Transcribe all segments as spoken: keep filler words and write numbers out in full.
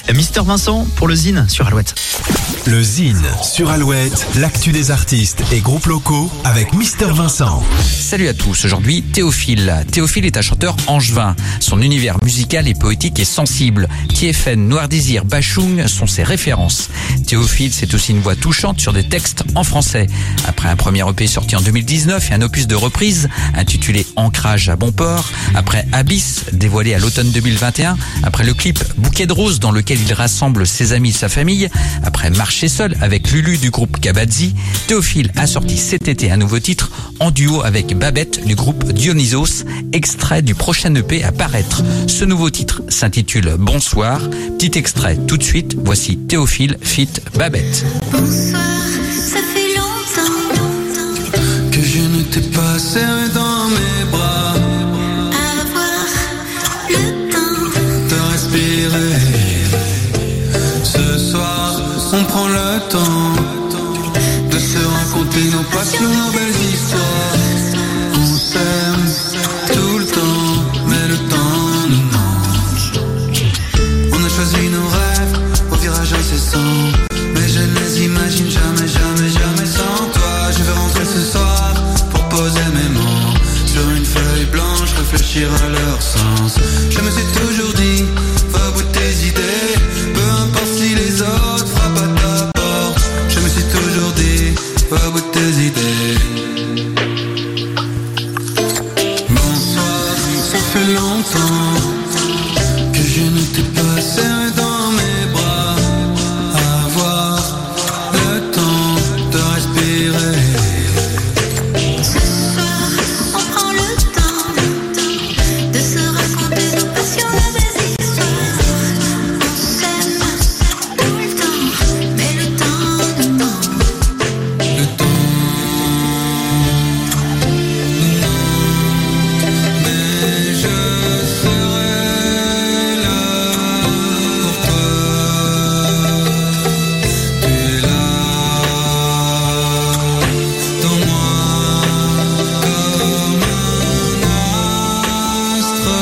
Mister Vincent pour le Zine sur Alouette. Le Zine sur Alouette, l'actu des artistes et groupes locaux avec Mister Vincent. Salut à tous, aujourd'hui Théophile. Théophile est un chanteur angevin. Son univers musical est poétique et sensible. T F N, Noir Désir, Bachung sont ses références. Théophile, c'est aussi une voix touchante sur des textes en français. Après un premier E P sorti en deux mille dix-neuf et un opus de reprise intitulé Ancrage à bon port, après Abyss, dévoilé à l'automne deux mille vingt et un, après le clip Bouquet de roses dans lequel il rassemble ses amis et sa famille, après Marcher seul avec Lulu du groupe Kabadzi, Théophile a sorti cet été un nouveau titre en duo avec Babette du groupe Dionysos, extrait du prochain E P à paraître. Ce nouveau titre s'intitule Bonsoir. Petit extrait tout de suite, voici Théophile feat. Babette. Bonsoir, ça fait longtemps que je ne t'ai pas serré dans mes bras. avoir le temps De respirer. Ce soir, on prend le temps de se raconter nos passions, nos belles histoires. On s'aime tout le temps, mais le temps nous manque. On a choisi nos rêves au virage incessant, mais je ne les imagine jamais, jamais, jamais sans toi. Je vais rentrer ce soir pour poser mes mots sur une feuille blanche, réfléchir à leur sens. Je me suis toujours dit, va au bout de tes idées, peu importe si les autres frappent à ta porte. Je me suis toujours dit, va au bout de tes idées. Bonsoir, ça fait longtemps que je ne t'ai pas serré dans mes bras. Avoir le temps de respirer. Ce soir, on prend le temps de se raconter nos passions, nos belles histoires. On s'aime tout le temps, mais le temps nous manque. Le temps nous manque, mais je serai là pour toi. Tu es là dans moi comme un astre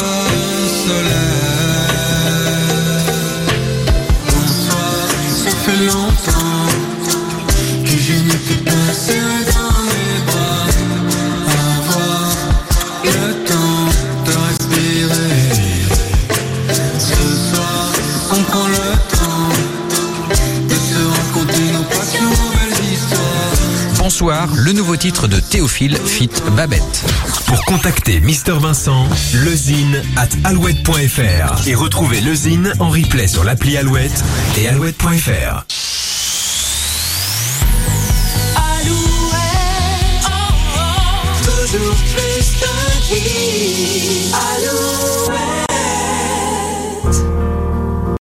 solaire. Bonsoir, ça fait longtemps que je ne t'ai pas serré dans mes bras. Avoir le temps de respirer. Ce soir, on prend le temps de se raconter nos passions, nos belles histoires. Bonsoir, le nouveau titre de Théophile feat. Babette. Pour contacter Mister Vincent, lezine at alouette point fr et retrouver le Zine en replay sur l'appli Alouette et alouette point fr.